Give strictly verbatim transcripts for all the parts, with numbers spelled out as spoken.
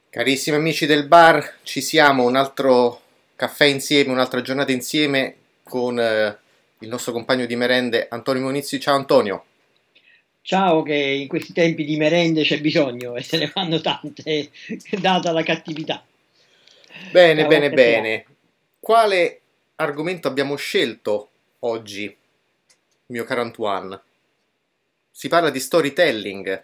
Carissimi amici del bar, ci siamo, un altro caffè insieme, un'altra giornata insieme con eh, il nostro compagno di merende Antonio Monizzi. Ciao Antonio. Ciao, che in questi tempi di merende c'è bisogno e se ne fanno tante, data la cattività. Bene, Ciao bene, anche a te. bene. Quale argomento abbiamo scelto oggi, mio caro Antoine? Si parla di storytelling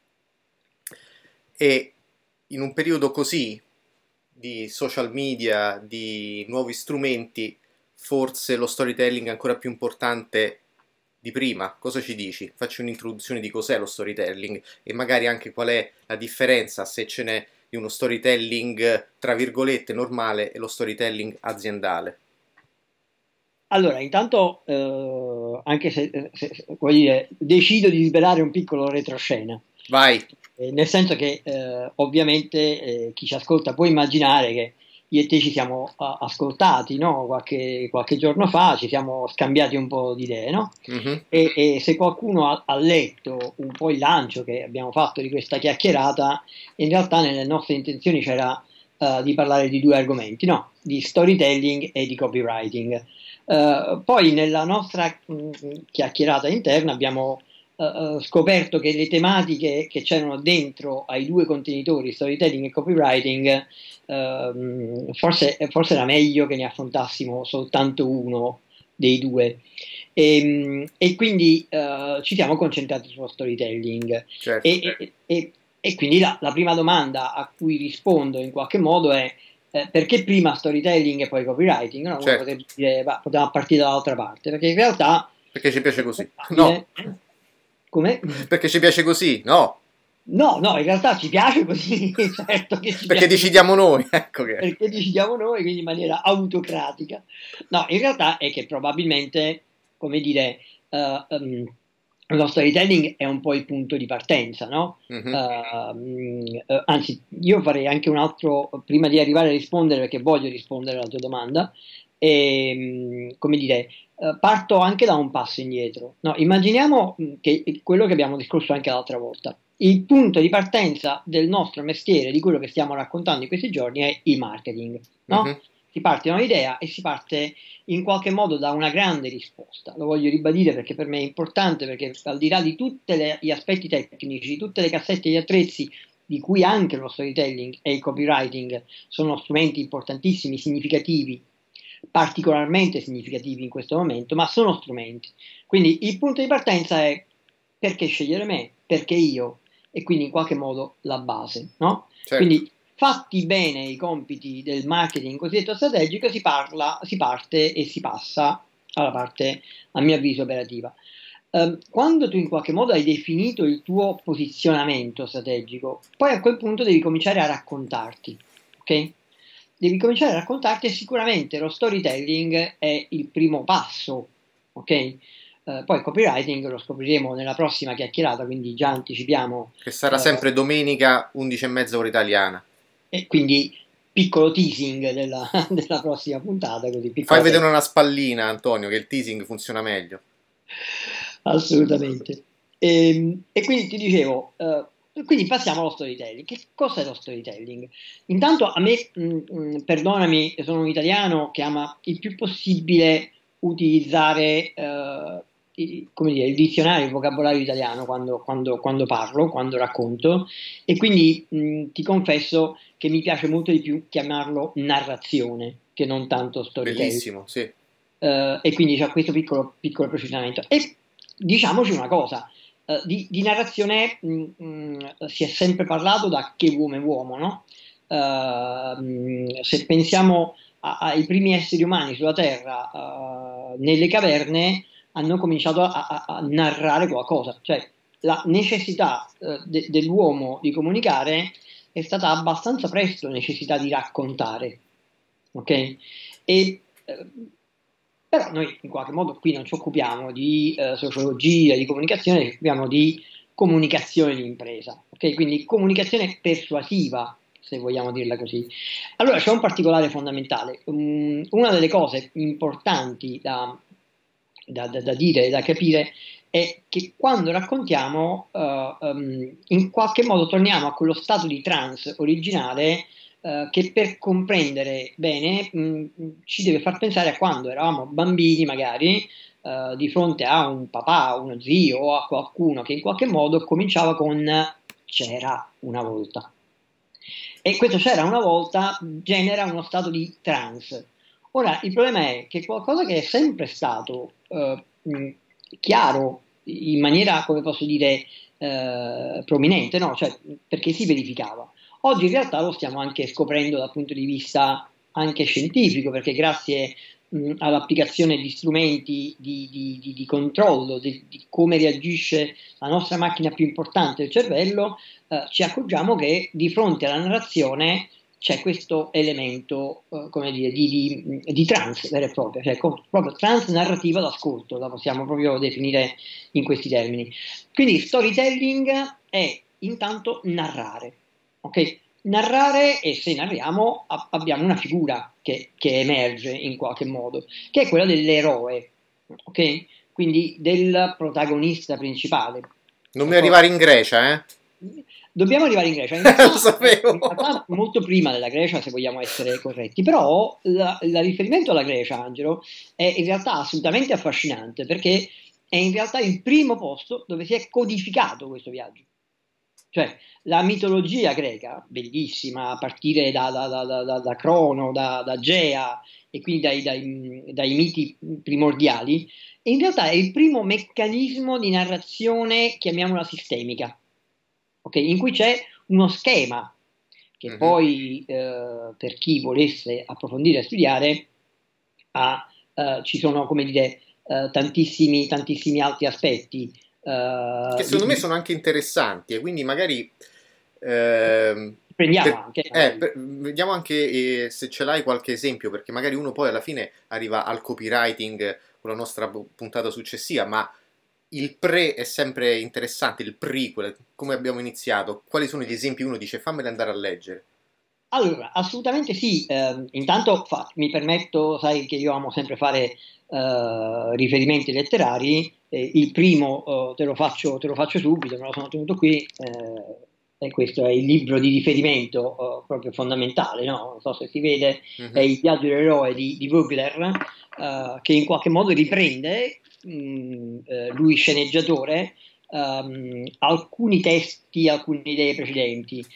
e in un periodo così di social media, di nuovi strumenti, forse lo storytelling è ancora più importante di prima. Cosa ci dici? Facci un'introduzione di cos'è lo storytelling e magari anche qual è la differenza, se ce n'è, di uno storytelling tra virgolette normale e lo storytelling aziendale. Allora, intanto, eh, anche se, se- se- voglio dire, decido di svelare un piccolo retroscena. Vai! Eh, nel senso che eh, ovviamente eh, chi ci ascolta può immaginare che io e te ci siamo a- ascoltati, no? Qualche, qualche giorno fa, ci siamo scambiati un po' di idee, no? Mhm. E, e se qualcuno ha, ha letto un po' il lancio che abbiamo fatto di questa chiacchierata, in realtà nelle nostre intenzioni c'era eh, di parlare di due argomenti, no? Di storytelling e di copywriting. Eh, poi nella nostra mh, chiacchierata interna abbiamo eh, eh, scoperto che le tematiche che c'erano dentro ai due contenitori, storytelling e copywriting, ehm, forse, forse era meglio che ne affrontassimo soltanto uno dei due. E, e quindi eh, ci siamo concentrati sullo storytelling. Certo. E, e- e- e quindi la, la prima domanda a cui rispondo in qualche modo è eh, perché prima storytelling e poi copywriting? No? Uno Certo. potrebbe dire, "Va, potevamo partire dall'altra parte, perché in realtà Perché ci piace è così. No! probabile. Come? Perché ci piace così. No! No, no, in realtà ci piace così, certo che ci Perché piace così, decidiamo noi. Ecco che. perché decidiamo noi, quindi in maniera autocratica. No, in realtà è che probabilmente, come dire, eh, ehm, lo storytelling è un po' il punto di partenza, no? Mhm. Eh, mh, eh, anzi, io farei anche un altro, prima di arrivare a rispondere, perché voglio rispondere alla tua domanda, e, mh, come dire, eh, parto anche da un passo indietro. No, immaginiamo mh, che quello che abbiamo discusso anche l'altra volta. Il punto di partenza del nostro mestiere, di quello che stiamo raccontando in questi giorni, è il marketing, no? Mhm. Si parte da un'idea e si parte in qualche modo da una grande risposta. Lo voglio ribadire perché per me è importante, perché al di là di tutti gli aspetti tecnici, tutte le cassette e gli attrezzi di cui anche lo storytelling e il copywriting sono strumenti importantissimi, significativi, particolarmente significativi in questo momento, ma sono strumenti. Quindi il punto di partenza è perché scegliere me, perché io, e quindi in qualche modo la base, no? Certo. Quindi fatti bene i compiti del marketing cosiddetto strategico, si parla, si parte e si passa alla parte, a mio avviso, operativa. Ehm, quando tu in qualche modo hai definito il tuo posizionamento strategico, poi a quel punto devi cominciare a raccontarti, ok? Devi cominciare a raccontarti e sicuramente lo storytelling è il primo passo, ok? Eh, poi il copywriting lo scopriremo nella prossima chiacchierata, quindi già anticipiamo, Che sarà eh, sempre domenica undici e mezza ora italiana. e quindi piccolo teasing della, della prossima puntata, così Fai piccola vedere testa. una spallina, Antonio, che il teasing funziona meglio. Assolutamente. E, e quindi ti dicevo, eh, quindi passiamo allo storytelling. Che cos'è lo storytelling? Intanto a me, mh, mh, perdonami, sono un italiano che ama il più possibile utilizzare eh, i- come dire, il dizionario, il vocabolario italiano quando, quando- quando parlo, quando racconto, e quindi mh, ti confesso che mi piace molto di più chiamarlo narrazione che non tanto storytelling. Bellissimo, sì. Eh, e quindi c'è questo piccolo, piccolo precisamento. E diciamoci una cosa, eh, di, di narrazione mh, mh, si è sempre parlato da che uomo è uomo, no? Eh, mh, se pensiamo a- ai primi esseri umani sulla Terra, eh, nelle caverne, hanno cominciato a, a- a narrare qualcosa, cioè la necessità eh, de- dell'uomo di comunicare è stata abbastanza presto necessità di raccontare, ok? E, eh, però noi in qualche modo qui non ci occupiamo di eh, sociologia, di comunicazione, ci occupiamo di comunicazione di impresa, ok? Quindi comunicazione persuasiva, se vogliamo dirla così. Allora c'è un particolare fondamentale. Um, una delle cose importanti da, da, da, da dire, da capire, è che quando raccontiamo, uh, um, in qualche modo torniamo a quello stato di trance originale uh, che per comprendere bene mh, ci deve far pensare a quando eravamo bambini magari uh, di fronte a un papà, uno zio o a qualcuno che in qualche modo cominciava con c'era una volta. E questo c'era una volta genera uno stato di trance. Ora, il problema è che qualcosa che è sempre stato eh, mh, chiaro in maniera, come posso dire, eh, prominente, no? Cioè, perché si verificava. Oggi in realtà lo stiamo anche scoprendo dal punto di vista anche scientifico, perché grazie mh, all'applicazione di strumenti di, di, di, di controllo di, di come reagisce la nostra macchina più importante, il cervello, eh, ci accorgiamo che di fronte alla narrazione c'è questo elemento, eh, come dire, di, di, di trance vera e propria, cioè co- proprio trance narrativa d'ascolto, la possiamo proprio definire in questi termini. Quindi storytelling è intanto narrare, ok? Narrare, e se narriamo a- abbiamo una figura che, che emerge in qualche modo, che è quella dell'eroe, ok? Quindi del protagonista principale. Non mi D'accordo? arrivare in Grecia, eh? Dobbiamo arrivare in Grecia, in Lo realtà, eh, in sapevo. realtà molto prima della Grecia, se vogliamo essere corretti, però la- il riferimento alla Grecia, Angelo, è in realtà assolutamente affascinante perché è in realtà il primo posto dove si è codificato questo viaggio. Cioè, la mitologia greca, bellissima, a partire da, da, da, da, da- da Crono, da, da Gea e quindi dai, dai, dai miti primordiali, in realtà è il primo meccanismo di narrazione, chiamiamola sistemica, ok? In cui c'è uno schema che Mhm. poi eh, per chi volesse approfondire e studiare ha, eh, ci sono come dire eh, tantissimi, tantissimi altri aspetti Che eh, di, secondo me di- sono anche interessanti e quindi magari ehm, prendiamo per- anche eh, magari. per- vediamo anche eh, se ce l'hai qualche esempio, perché magari uno poi alla fine arriva al copywriting con la nostra pu- puntata successiva, ma il pre è sempre interessante, il prequel, come abbiamo iniziato, quali sono gli esempi? Uno dice fammeli andare a leggere. Allora, assolutamente sì. Ehm, intanto fa- mi permetto, sai che io amo sempre fare eh, riferimenti letterari. Eh, il primo eh, te lo faccio, te lo faccio subito, me lo sono tenuto qui, eh, e questo è il libro di riferimento eh, proprio fondamentale, no? Non so se si vede, è Mhm. Il viaggio dell'eroe di, di Vogler, eh, che in qualche modo riprende, mh, eh, lui sceneggiatore, ehm, alcuni testi, alcune idee precedenti.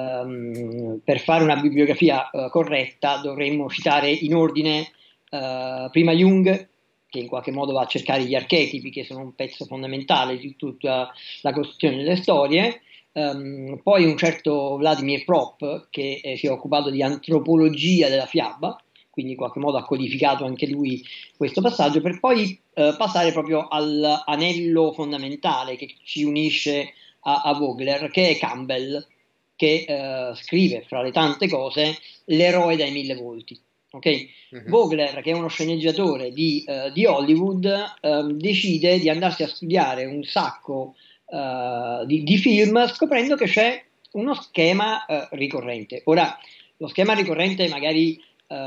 Um, per fare una bibliografia uh, corretta dovremmo citare in ordine uh, prima Jung, che in qualche modo va a cercare gli archetipi, che sono un pezzo fondamentale di tutta la costruzione delle storie, um, poi un certo Vladimir Prop, che eh, si è occupato di antropologia della fiaba, quindi in qualche modo ha codificato anche lui questo passaggio, per poi eh, passare proprio all'anello fondamentale che ci unisce a, a Vogler, che è Campbell, che eh, scrive fra le tante cose L'eroe dai mille volti. Okay? Mhm. Vogler, che è uno sceneggiatore di, eh, di Hollywood, eh, decide di andarsi a studiare un sacco eh, di, di film scoprendo che c'è uno schema eh, ricorrente. Ora, lo schema ricorrente magari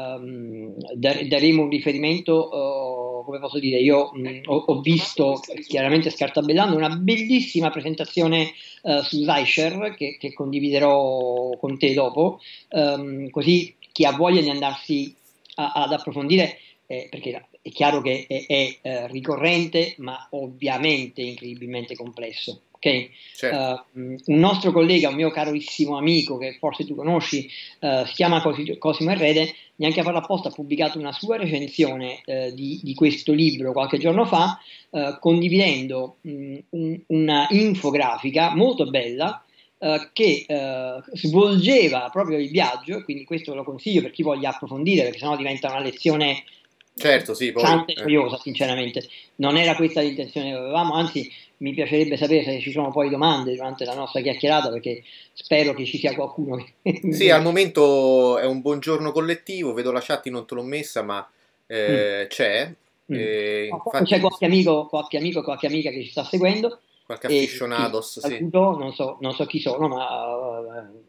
ehm, dar- daremo un riferimento, eh, come posso dire, io mh, ho, ho visto, chiaramente scartabellando, una bellissima presentazione eh, su Zysher che, che condividerò con te dopo, ehm, così chi ha voglia di andarsi a- ad approfondire, eh, perché è chiaro che è, è, eh, ricorrente, ma ovviamente incredibilmente complesso. Ok? Eh, Certo. un nostro collega, un mio carissimo amico che forse tu conosci, eh, si chiama Cosi- Cosimo Errede, neanche a farlo apposta ha pubblicato una sua recensione eh, di, di questo libro qualche giorno fa, eh, condividendo mh, un- una infografica molto bella eh, che eh, svolgeva proprio il viaggio, e quindi questo lo consiglio per chi voglia approfondire, perché sennò diventa una lezione eh, Certo, sì, poi... pesante e eh. noiosa, sinceramente. Non era questa l'intenzione che avevamo, anzi mi piacerebbe sapere se ci sono poi domande durante la nostra chiacchierata, perché spero che ci sia qualcuno Sì, al che... momento è un buongiorno collettivo, vedo la chat, non te l'ho messa, ma Mm, eh, c'è. mm. Eh, No, poi c'è infatti, qualche amico, qualche amico, qualche amica che ci sta seguendo qualche e che aficionados, sì. saluto, non so, non so chi sono, ma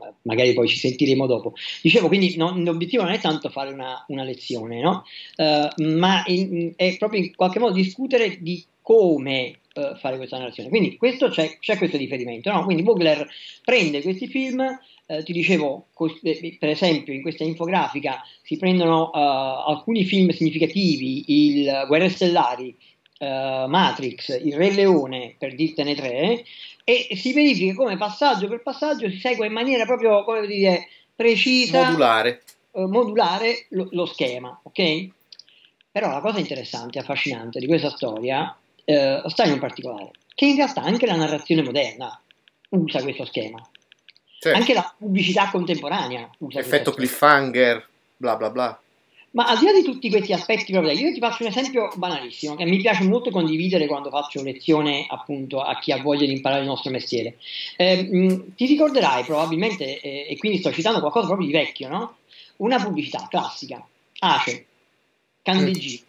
magari poi ci sentiremo dopo. Dicevo, quindi non, l'obiettivo non è tanto fare una, una lezione, no? Uh, ma in, è proprio in qualche modo discutere di come uh, fare questa narrazione. Quindi questo c'è, c'è questo riferimento, no? Quindi Vogler prende questi film, uh, ti dicevo, cos- per esempio in questa infografica si prendono uh, alcuni film significativi, il Guerre Stellari, Uh, Matrix, Il Re Leone, per dirtene tre, e si verifica come passaggio per passaggio si segue in maniera proprio, come dire, precisa, modulare, uh, modulare lo, lo schema, ok? Però la cosa interessante, affascinante di questa storia uh, sta in un particolare, che in realtà anche la narrazione moderna usa questo schema, certo. Anche la pubblicità contemporanea usa effetto questo schema. cliffhanger, bla bla bla. Ma al di là di tutti questi aspetti, proprio, io ti faccio un esempio banalissimo che mi piace molto condividere quando faccio lezione appunto a chi ha voglia di imparare il nostro mestiere. Eh, mh, ti ricorderai probabilmente, eh, e quindi sto citando qualcosa proprio di vecchio, no? Una pubblicità classica, Ace, Candeggina.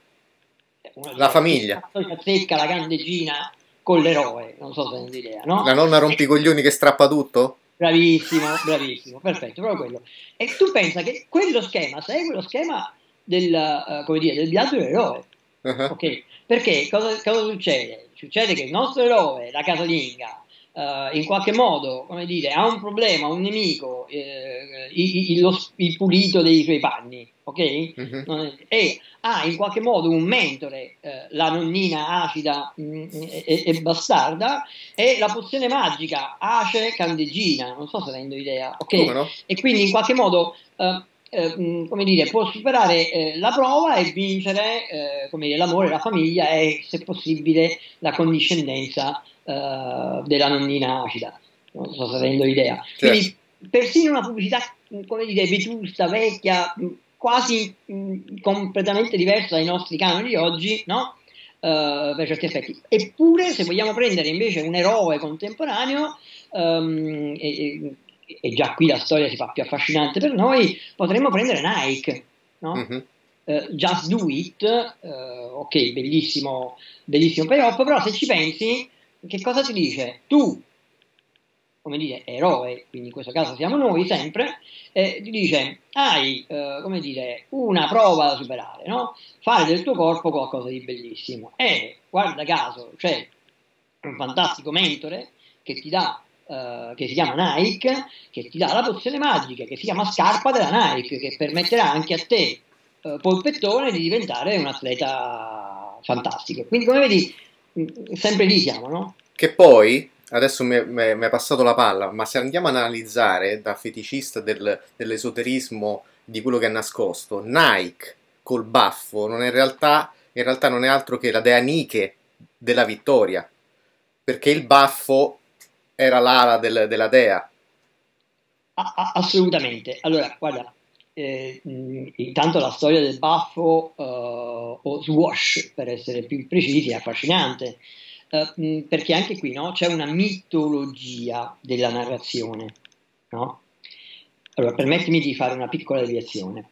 Uno La dice, famiglia. Che secca la candeggina con l'eroe, non so se hai un'idea, no? La nonna rompicoglioni che strappa tutto? Bravissimo, bravissimo, perfetto, proprio quello. E tu pensa che quello schema segue lo schema del, uh, come dire, del viaggio dell'eroe, Uh-huh. ok? Perché cosa, cosa succede? Succede che il nostro eroe, la casalinga, uh, in qualche modo, come dire, ha un problema, un nemico, eh, il, il, lo, il pulito dei suoi panni, ok? Uh-huh. E ha in qualche modo un mentore, eh, la nonnina acida mh, e, e, bastarda, e la pozione magica Ace Candeggina, non so se rendo idea, ok? Come no? E quindi in qualche modo eh, eh, come dire, può superare eh, la prova e vincere eh, come dire, l'amore, la famiglia e se possibile la condiscendenza eh, della nonnina acida, non so se rendo idea. Certo. Quindi persino una pubblicità, come dire, vetusta, vecchia, quasi mh, completamente diversa dai nostri canoni di oggi, no? Uh, per certi effetti. Eppure, se vogliamo prendere invece un eroe contemporaneo, um, e, e già qui la storia si fa più affascinante per noi, potremmo prendere Nike, no? Uh-huh. Uh, Just Do It, uh, ok, bellissimo, bellissimo payoff, però se ci pensi, che cosa ti dice? Tu, come dire, eroe, quindi in questo caso siamo noi sempre, eh, ti dice hai eh, come dire, una prova da superare, no? Fare del tuo corpo qualcosa di bellissimo e guarda caso c'è un fantastico mentore che ti dà eh, che si chiama Nike, che ti dà la pozione magica che si chiama scarpa della Nike, che permetterà anche a te eh, polpettone di diventare un atleta fantastico. Quindi come vedi sempre lì siamo, no? Che poi adesso mi è passato la palla, ma se andiamo ad analizzare da feticista del, dell'esoterismo di quello che è nascosto, Nike col baffo non è in realtà, in realtà non è altro che la dea Nike della vittoria, perché il baffo era l'ala del, della dea. Assolutamente. Allora, guarda, eh, intanto la storia del baffo uh, o swash, per essere più precisi, è affascinante. Uh, perché anche qui, no, c'è una mitologia della narrazione, no? Allora, permettimi di fare una piccola deviazione.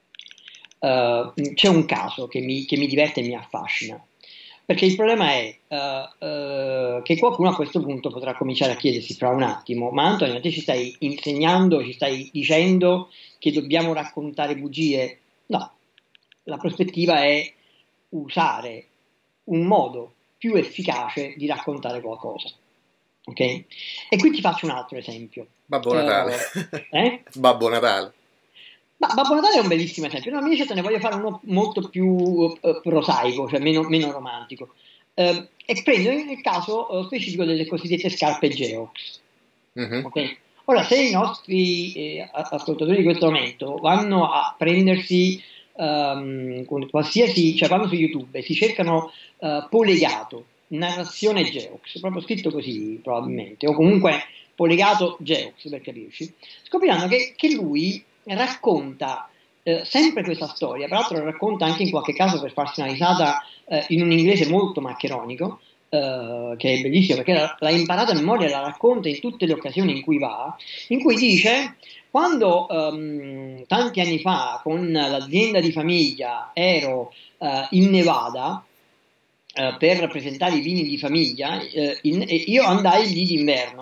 Uh, c'è un caso che mi, che mi diverte e mi affascina, perché il problema è uh, uh, che qualcuno a questo punto potrà cominciare a chiedersi fra un attimo, ma Antonio, te ci stai insegnando, ci stai dicendo che dobbiamo raccontare bugie? No, la prospettiva è usare un modo più efficace di raccontare qualcosa. Ok? E qui ti faccio un altro esempio. Babbo Natale. Uh, eh? Babbo Natale. Ma Babbo Natale è un bellissimo esempio. No, invece te ne voglio fare uno molto più uh, prosaico, cioè meno, meno romantico. Uh, e prendo il caso uh, specifico delle cosiddette scarpe Geox. Uh-huh. Okay? Ora, se i nostri eh, ascoltatori di questo momento vanno a prendersi um, qualsiasi, cioè vanno su YouTube e si cercano uh, polegato, narrazione Geox, proprio scritto così probabilmente, o comunque polegato Geox per capirci, scopriranno che, che lui racconta eh, sempre questa storia, peraltro la racconta anche in qualche caso per farsi una risata eh, in un inglese molto maccheronico, eh, che è bellissimo perché l'ha, l'ha imparata a memoria, la racconta in tutte le occasioni in cui va, in cui dice quando um, tanti anni fa con l'azienda di famiglia ero uh, in Nevada uh, per presentare i vini di famiglia, uh, in, io andai lì d'inverno.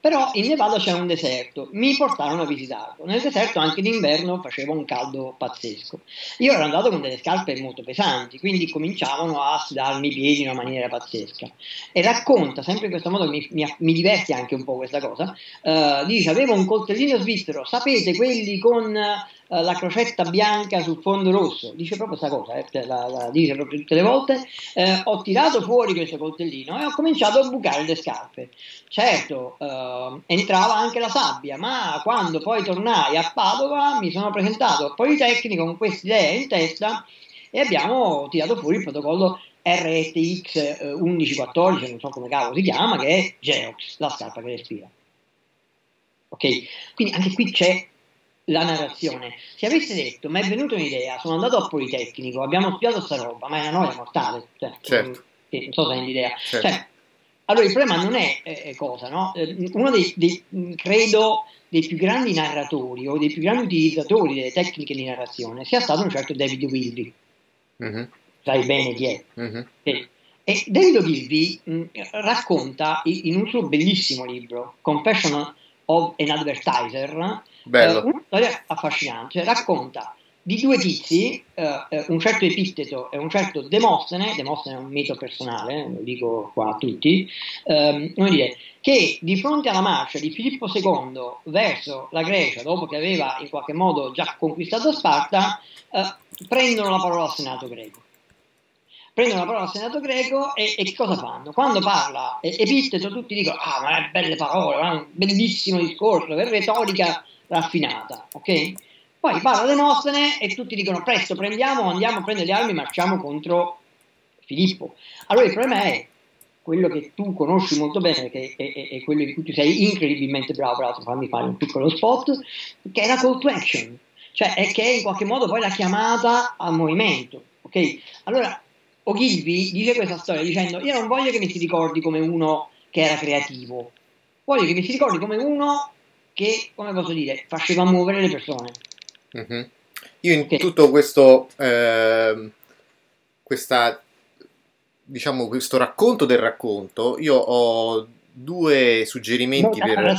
Però in Nevada c'è un deserto, mi portarono a visitarlo. Nel deserto anche d'inverno faceva un caldo pazzesco. Io ero andato con delle scarpe molto pesanti, quindi cominciavano a sudarmi i piedi in una maniera pazzesca. E racconta, sempre in questo modo mi, mi, mi diverte anche un po' questa cosa, eh, dice avevo un coltellino svizzero, sapete quelli con eh, la crocetta bianca sul fondo rosso, dice proprio questa cosa, eh, la, la dice proprio tutte le volte, eh, ho tirato fuori questo coltellino e ho cominciato a bucare le scarpe. Certo, eh, entrava anche la sabbia, ma quando poi tornai a Padova mi sono presentato al Politecnico con questa idea in testa e abbiamo tirato fuori il protocollo R S X millequattordici, non so come cavolo si chiama, che è Geox, la scarpa che respira. Ok? Quindi anche qui c'è la narrazione. Se avesse detto, mi è venuta un'idea, sono andato al Politecnico, abbiamo studiato sta roba, ma è una noia mortale, cioè, Certo. non, non so se hai l'idea. Certo. Cioè, allora il problema non è eh, cosa, no? Eh, uno dei, dei, credo, dei più grandi narratori o dei più grandi utilizzatori delle tecniche di narrazione sia stato un certo David Wilby. Mm-hmm. Sai bene chi è. Mm-hmm. E, e David Ogilvy mh, racconta in un suo bellissimo libro, Confession of an Advertiser, eh, una storia affascinante. Racconta di due tizi, eh, un certo Epitteto e un certo Demostene, Demostene è un mito personale, lo dico qua a tutti, ehm, come dire, che di fronte alla marcia di Filippo secondo verso la Grecia, dopo che aveva in qualche modo già conquistato Sparta, eh, prendono la parola al Senato greco. Prendono la parola al Senato greco e, e che cosa fanno? Quando parla Epitteto tutti dicono ah ma è belle parole, ma è un bellissimo discorso, è retorica raffinata, ok? Poi parla Demostene e tutti dicono presto prendiamo, andiamo a prendere le armi e marciamo contro Filippo. Allora il problema è quello che tu conosci molto bene, che è, è, è quello di cui tu sei incredibilmente bravo, tra l'altro fammi fare un piccolo spot, che è la call to action, cioè è che è in qualche modo poi la chiamata al movimento, ok? Allora Ogilvy dice questa storia dicendo io non voglio che mi si ricordi come uno che era creativo, voglio che mi si ricordi come uno che, come posso dire, faceva muovere le persone. Mm-hmm. Io in okay. tutto questo eh, questa diciamo questo racconto del racconto io ho due suggerimenti per,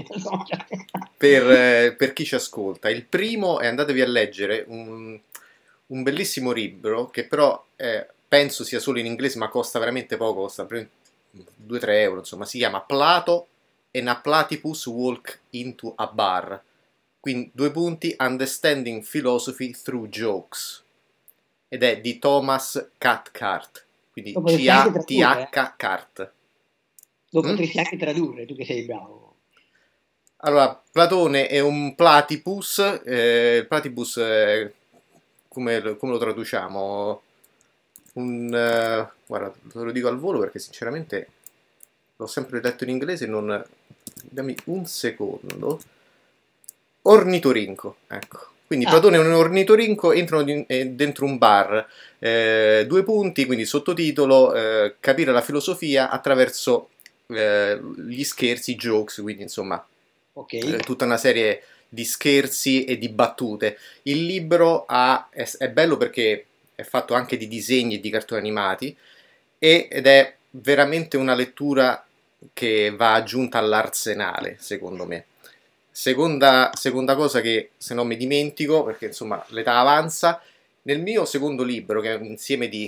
per, eh, per chi ci ascolta. Il primo è andatevi a leggere un, un bellissimo libro che però eh, penso sia solo in inglese ma costa veramente poco, costa due tre euro, insomma, si chiama Plato and a Platypus Walk into a Bar. Quindi due punti, Understanding Philosophy Through Jokes, ed è di Thomas Cathcart, quindi C A T H Cart. Lo potresti mm? anche tradurre, tu che sei bravo. Allora, Platone è un platypus, eh, il platypus è, come, come lo traduciamo? Un, uh, guarda, te lo dico al volo perché sinceramente l'ho sempre letto in inglese, non... dammi un secondo. Ornitorinco, ecco. Quindi ah. Platone è un ornitorinco, entrano di, eh, dentro un bar, eh, due punti, quindi sottotitolo, eh, capire la filosofia attraverso eh, gli scherzi, jokes, quindi insomma okay. eh, tutta una serie di scherzi e di battute. Il libro ha, è, è bello perché è fatto anche di disegni e di cartoni animati e, ed è veramente una lettura che va aggiunta all'arsenale, secondo me. Seconda, seconda cosa che se non mi dimentico, perché insomma l'età avanza, nel mio secondo libro, che è un insieme di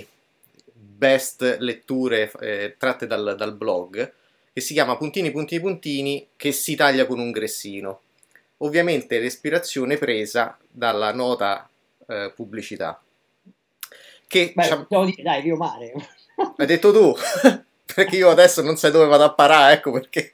best letture eh, tratte dal, dal blog, che si chiama Puntini Puntini Puntini, che si taglia con un gressino. Ovviamente l'ispirazione presa dalla nota eh, pubblicità. Che Beh, dire, dai, Rio Mare. Hai detto tu, perché io adesso non sai dove vado a parare, ecco perché...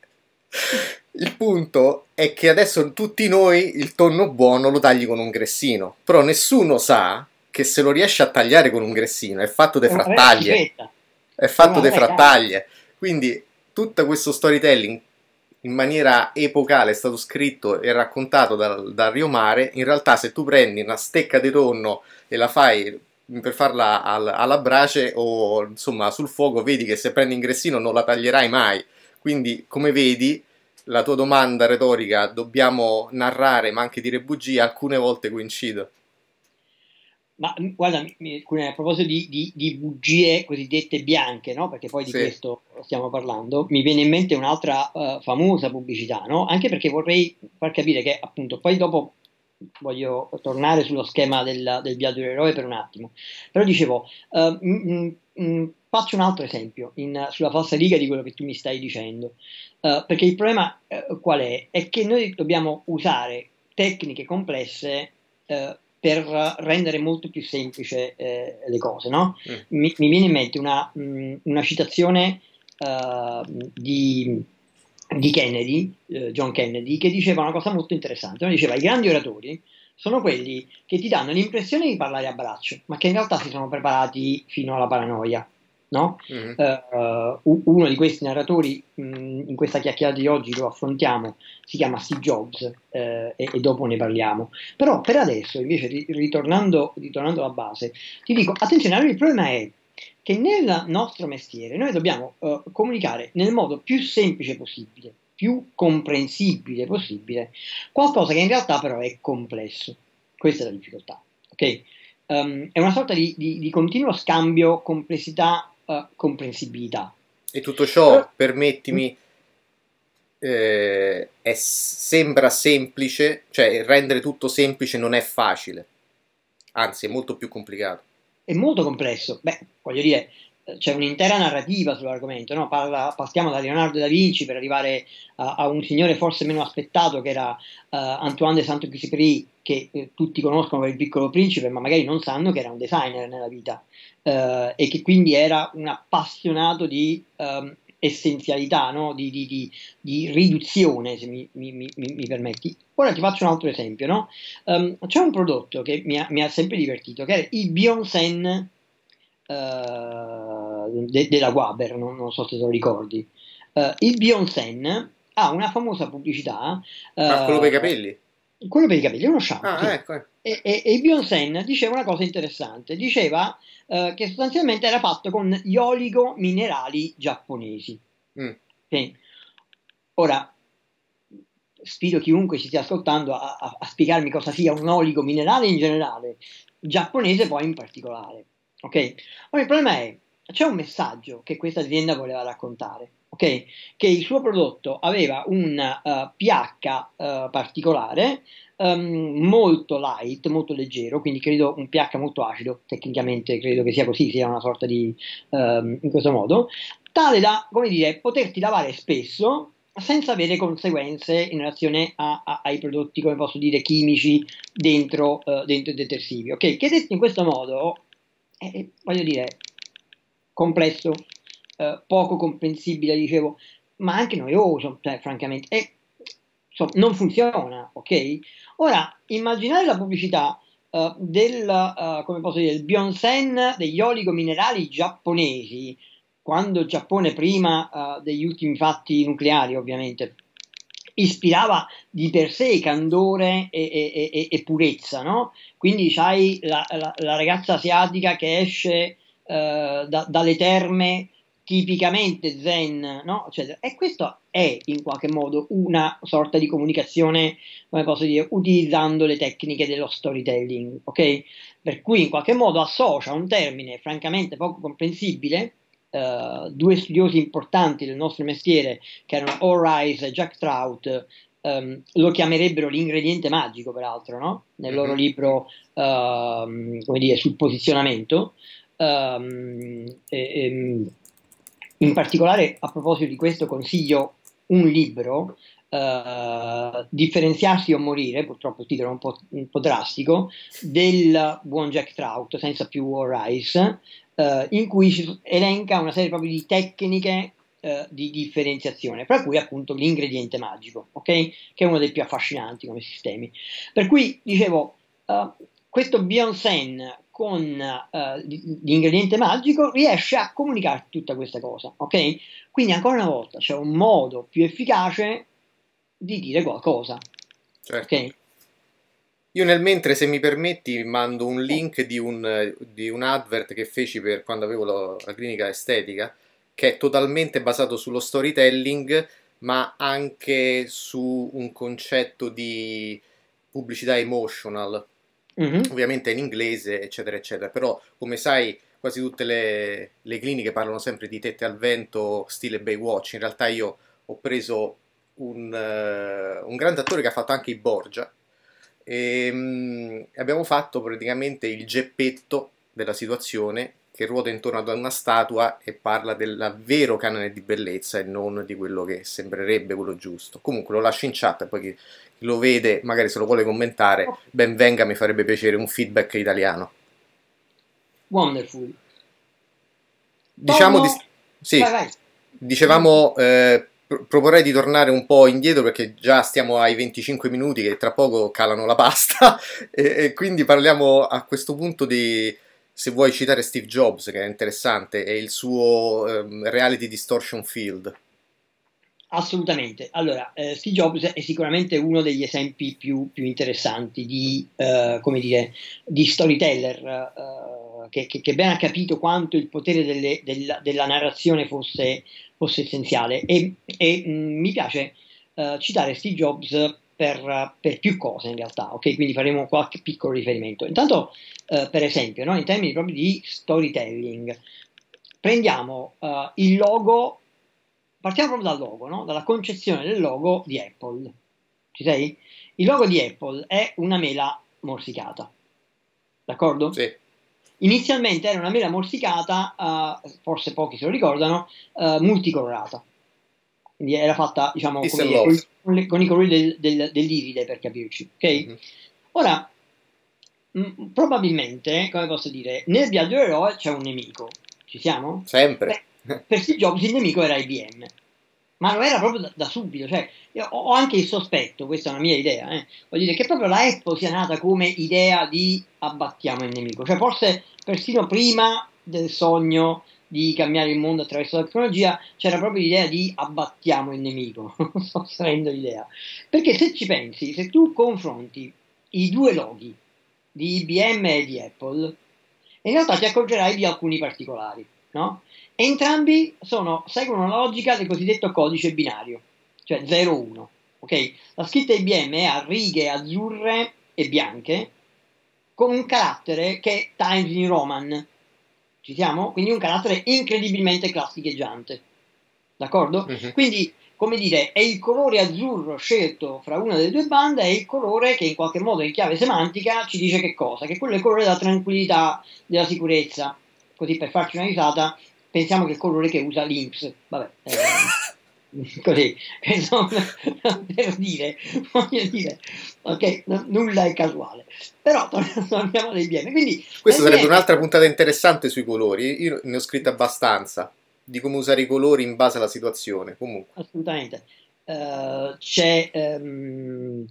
Il punto è che adesso tutti noi il tonno buono lo tagli con un gressino, però nessuno sa che se lo riesci a tagliare con un gressino è fatto di frattaglie, è fatto di frattaglie, quindi tutto questo storytelling in maniera epocale è stato scritto e raccontato da, da Rio Mare. In realtà se tu prendi una stecca di tonno e la fai per farla al, alla brace o insomma sul fuoco, vedi che se prendi in gressino non la taglierai mai. Quindi come vedi la tua domanda retorica, dobbiamo narrare ma anche dire bugie, alcune volte coincido. Ma mh, guarda, mi- mi- scusa, a proposito di, di- di bugie cosiddette bianche, no? Perché poi di Sì, questo stiamo parlando, mi viene in mente un'altra eh, famosa pubblicità, no? Anche perché vorrei far capire che, appunto, poi dopo voglio tornare sullo schema del, del viaggio dell'eroe per un attimo. Però dicevo, eh, mh, mh, mh, faccio un altro esempio in- sulla falsa riga di quello che tu mi stai dicendo. Eh, perché il problema eh, qual è? È che noi dobbiamo usare tecniche complesse eh, per rendere molto più semplice eh, le cose, no? mm, Mi, mi viene in mente una, mh, una citazione eh, di, di Kennedy, eh, John Kennedy, che diceva una cosa molto interessante. No? Diceva: i grandi oratori sono quelli che ti danno l'impressione di parlare a braccio, ma che in realtà si sono preparati fino alla paranoia. No? mm. Eh, eh, uno di questi narratori, mh, in questa chiacchierata di oggi lo affrontiamo, si chiama Steve Jobs, eh, e, e dopo ne parliamo. Però per adesso, invece, ri- ritornando, ritornando alla base, ti dico, attenzione, allora il problema è che nel nostro mestiere noi dobbiamo eh, comunicare nel modo più semplice possibile, più comprensibile possibile, qualcosa che in realtà però è complesso. Questa è la difficoltà, ok? Um, è una sorta di, di- di continuo scambio complessità-comprensibilità. E tutto Però, ciò, permettimi, eh, è- sembra semplice, cioè rendere tutto semplice non è facile, anzi è molto più complicato. è molto complesso. Beh, voglio dire, eh, c'è un'intera narrativa sull'argomento, no? Parla- partiamo da Leonardo da Vinci per arrivare a, a un signore forse meno aspettato che era eh, Antoine de Saint-Exupéry, che eh, tutti conoscono per Il Piccolo Principe, ma magari non sanno che era un designer nella vita eh, e che quindi era un appassionato di ehm, essenzialità, no? Di, di- di- di riduzione, se mi, mi- mi- mi permetti. Ora ti faccio un altro esempio, no? Um, c'è un prodotto che mi ha, mi ha sempre divertito, che è il Bionsen eh, de- della Waber, non, non so se te lo ricordi. Eh, il Bionsen ha una famosa pubblicità, Ma quello per i eh, capelli? quello per i capelli, è uno shampoo, Ah, sì. ecco. eh. E, e, e il Bionsen diceva una cosa interessante, diceva eh, che sostanzialmente era fatto con gli oligominerali giapponesi. Mm. Ok? Ora, sfido chiunque ci stia ascoltando a, a- a spiegarmi cosa sia un oligo minerale in generale, giapponese poi in particolare. Ok? Ora il problema è, c'è un messaggio che questa azienda voleva raccontare, ok? Che il suo prodotto aveva un eh, pH eh, particolare, ehm, molto light, molto leggero, quindi credo un pH molto acido, tecnicamente credo che sia così, sia una sorta di, ehm, in questo modo, tale da, come dire, poterti lavare spesso senza avere conseguenze in relazione a- a- ai prodotti, come posso dire, chimici dentro, eh, dentro i detersivi. Ok? Che detto in questo modo, è, voglio dire, complesso, eh, poco comprensibile, dicevo, ma anche noioso, cioè, francamente, e, insomma, non funziona, ok? Ora, immaginare la pubblicità eh, del, eh, come posso dire, il Bionsen degli oligominerali giapponesi, quando il Giappone, prima eh, degli ultimi fatti nucleari, ovviamente, ispirava di per sé candore e, e- e- e purezza, no? Quindi c'hai la, la- la ragazza asiatica che esce eh, da- dalle terme tipicamente zen, no? Eccetera. E questo è in qualche modo una sorta di comunicazione, come posso dire, utilizzando le tecniche dello storytelling, ok? Per cui in qualche modo associa un termine francamente poco comprensibile, eh, due studiosi importanti del nostro mestiere, che erano All Rise e Jack Trout, ehm, lo chiamerebbero l'ingrediente magico, peraltro, no? Nel loro Mhm. libro, ehm, come dire, sul posizionamento. Ehm, e- ehm, In particolare, a proposito di questo, consiglio un libro, eh, Differenziarsi o morire, purtroppo il titolo è un po', un po' drastico, del buon Jack Trout, senza più All Rise, eh, in cui si elenca una serie proprio di tecniche eh, di differenziazione, tra cui appunto l'ingrediente magico, ok? Che è uno dei più affascinanti come sistemi. Per cui dicevo, eh, questo Bionsen con eh, l'ingrediente magico riesce a comunicare tutta questa cosa, ok? Quindi ancora una volta c'è un modo più efficace di dire qualcosa, Certo. ok? Io nel mentre, se mi permetti, mando un Eh, link di un, di un advert che feci per quando avevo lo- la clinica estetica, che è totalmente basato sullo storytelling, ma anche su un concetto di pubblicità emotional. Mhm. ovviamente è in inglese, eccetera, eccetera, però come sai quasi tutte le, le cliniche parlano sempre di tette al vento, stile Baywatch. In realtà io ho preso un, eh, un grande attore che ha fatto anche i Borgia e mm, abbiamo fatto praticamente il geppetto della situazione che ruota intorno ad una statua e parla del vero canone di bellezza e non di quello che sembrerebbe quello giusto. Comunque lo lascio in chat, poi chi chi lo vede, magari se lo vuole commentare, ben venga, mi farebbe piacere un feedback italiano. Wonderful. Diciamo di... Torno, vai, Sì, vai. dicevamo, eh, pr- proporrei di tornare un po' indietro perché già stiamo ai venticinque minuti che tra poco calano la pasta e, e quindi parliamo a questo punto di, se vuoi citare Steve Jobs, che è interessante, e il suo ehm, Reality Distortion Field. Assolutamente. Allora, eh, Steve Jobs è sicuramente uno degli esempi più, più interessanti di, eh, come dire, di storyteller, eh, che, che, che ben ha capito quanto il potere delle- della, della narrazione fosse, fosse essenziale. E, e, mh, mi piace eh, citare Steve Jobs per, per più cose in realtà, ok? Quindi faremo qualche piccolo riferimento. Intanto, eh, per esempio, no, in termini proprio di storytelling, prendiamo eh, il logo, partiamo proprio dal logo, no? Dalla concezione del logo di Apple. Ci sei? Il logo di Apple è una mela morsicata, d'accordo? Sì, Inizialmente era una mela morsicata, eh, forse pochi se lo ricordano, eh, multicolorata. Quindi era fatta, diciamo, Peace come and dire, con, Love. con le- con i colori del- del- dell'iride, per capirci, ok? Mhm. Ora, mh, probabilmente, come posso dire, nel viaggio eroe c'è un nemico. Ci siamo? Sempre. Beh, per Steve Jobs il nemico era I B M, ma lo era proprio da, da subito. Cioè, io ho ho anche il sospetto, questa è una mia idea, eh, voglio dire che proprio la Apple sia nata come idea di abbattiamo il nemico, cioè forse persino prima del sogno di cambiare il mondo attraverso la tecnologia c'era proprio l'idea di abbattiamo il nemico, non sto traendo l'idea. Perché se ci pensi, se tu confronti i due loghi di I B M e di Apple, in realtà ti accorgerai di alcuni particolari, no? Entrambi sono, seguono la logica del cosiddetto codice binario, cioè zero uno. Ok? La scritta I B M è a righe azzurre e bianche, con un carattere che è Times New Roman. Ci siamo? Quindi un carattere incredibilmente classicheggiante. D'accordo? Mhm. Quindi, come dire, è il colore azzurro scelto fra una delle due bande, è il colore che in qualche modo in chiave semantica ci dice che cosa? Che quello è il colore della tranquillità, della sicurezza. Così per farci una risata, pensiamo che è il colore che usa l'I N P S. Vabbè, eh, così, insomma, per dire, voglio dire, ok, n- nulla è casuale. Però torniamo all'I B M. Quindi Questa sarebbe l'I B M, un'altra puntata interessante sui colori. Io ne ho scritte abbastanza di come usare i colori in base alla situazione. Comunque, assolutamente. Eh, c'è, ehm,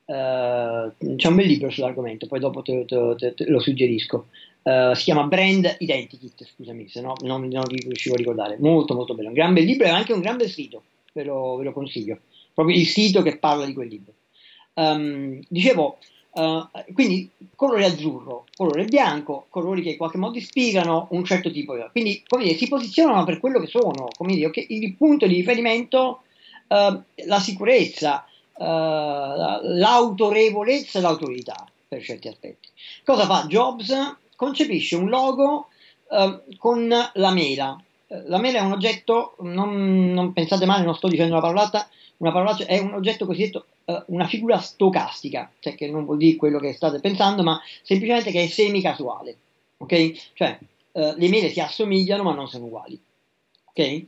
eh, c'è un bel libro sull'argomento, poi dopo te, te- te- te lo suggerisco. Eh, si chiama Brand Identikit, scusami se no non, non riuscivo a ricordare. Molto molto bello, un gran bel libro e anche un gran bel sito, ve lo, ve lo consiglio. Proprio il sito che parla di quel libro. Ehm, dicevo, eh, quindi colore azzurro, colore bianco, colori che in qualche modo ispirano un certo tipo di... Quindi, come dire, si posizionano per quello che sono, come dire, ok, il punto di riferimento, eh, la sicurezza, eh, l'autorevolezza e l'autorità, per certi aspetti. Cosa fa Jobs? Concepisce un logo, eh, con la mela. Eh, La mela è un oggetto, non, non pensate male, non sto dicendo una parolata, una parolaccia, è un oggetto cosiddetto, eh, una figura stocastica, cioè che non vuol dire quello che state pensando, ma semplicemente che è semi-casuale, ok? Cioè, eh, le mele si assomigliano ma non sono uguali, ok?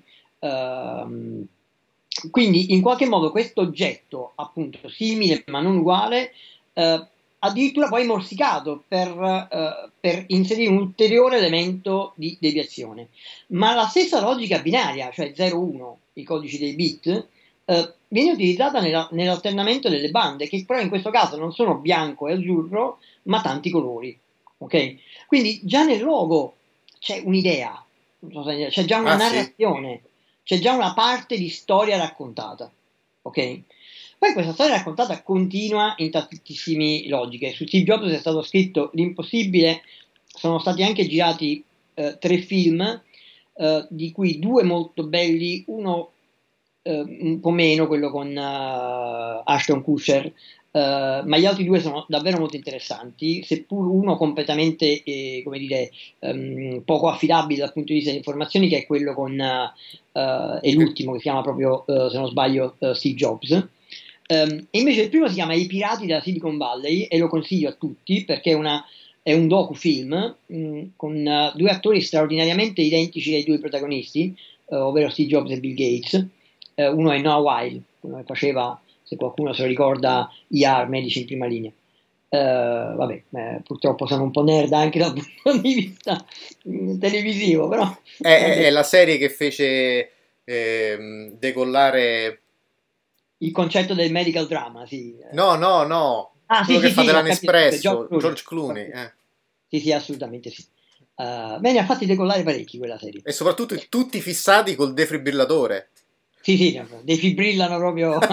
Ehm, quindi in qualche modo questo oggetto, appunto, simile ma non uguale, eh, addirittura poi morsicato per, eh, per inserire un ulteriore elemento di deviazione. Ma la stessa logica binaria, cioè zero uno, i codici dei bit, eh, viene utilizzata nella- nell'alternamento delle bande, che però in questo caso non sono bianco e azzurro, ma tanti colori. Ok? Quindi già nel logo c'è un'idea, non so se- c'è già una ah sì, narrazione, c'è già una parte di storia raccontata. Ok? Poi questa storia raccontata continua in tantissime logiche. Su Steve Jobs è stato scritto L'impossibile, sono stati anche girati eh, tre film, eh, di cui due molto belli, uno eh, un po' meno, quello con eh, Ashton Kutcher, Uh, ma gli altri due sono davvero molto interessanti, seppur uno completamente, eh, come dire, um, poco affidabile dal punto di vista delle informazioni, che è quello con, uh, uh, è l'ultimo, che si chiama proprio, uh, se non sbaglio, uh, Steve Jobs. Um, e invece il primo si chiama I pirati della Silicon Valley, e lo consiglio a tutti perché è, una, è un docufilm mh, con uh, due attori straordinariamente identici ai due protagonisti, uh, ovvero Steve Jobs e Bill Gates. Uh, uno è Noah Weil, quello che faceva, se qualcuno se lo ricorda, I A R, Medici in prima linea. Uh, vabbè, eh, purtroppo sono un po' nerd anche dal punto di vista mh, televisivo, però È, è, è la serie che fece ehm, decollare... il concetto del medical drama, sì. No, no, no, Ah, quello sì, che sì, fa sì, ho capito. George dell'Anespresso, Clooney. George Clooney. Eh. Sì, sì, assolutamente sì. Uh, beh, ne ha fatti decollare parecchi quella serie. E soprattutto tutti fissati col defibrillatore. Sì, sì, defibrillano proprio.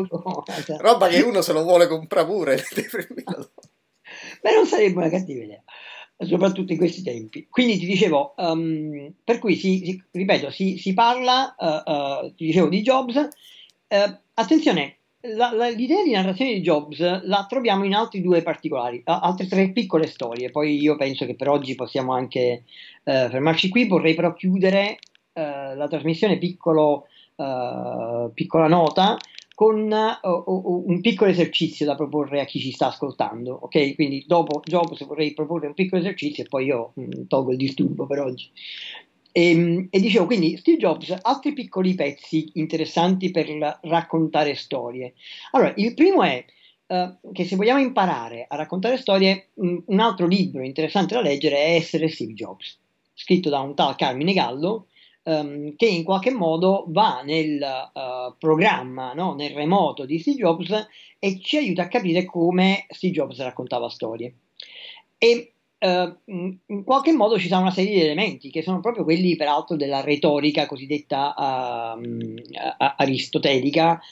Roba che uno se lo vuole comprare pure, il defibrillatore. Beh, non sarebbe una cattiva idea, soprattutto in questi tempi. Quindi ti dicevo, um, per cui si, si, ripeto, si, si parla, uh, uh, ti dicevo, di Jobs. Uh, attenzione, la, la, l'idea di narrazione di Jobs la troviamo in altri due particolari, uh, altre tre piccole storie. Poi io penso che per oggi possiamo anche uh, fermarci qui. Vorrei però chiudere uh, la trasmissione piccolo, uh, piccola nota con uh, uh, un piccolo esercizio da proporre a chi ci sta ascoltando, ok? Quindi dopo Jobs vorrei proporre un piccolo esercizio e poi io mh, tolgo il disturbo per oggi. E, e dicevo, quindi Steve Jobs, altri piccoli pezzi interessanti per la, raccontare storie. Allora, il primo è uh, che se vogliamo imparare a raccontare storie, mh, un altro libro interessante da leggere è Essere Steve Jobs, scritto da un tal Carmine Gallo, Um, che in qualche modo va nel uh, programma, no? Nel remoto di Steve Jobs, e ci aiuta a capire come Steve Jobs raccontava storie. E uh, in qualche modo ci sono una serie di elementi che sono proprio quelli, peraltro, della retorica cosiddetta uh, aristotelica,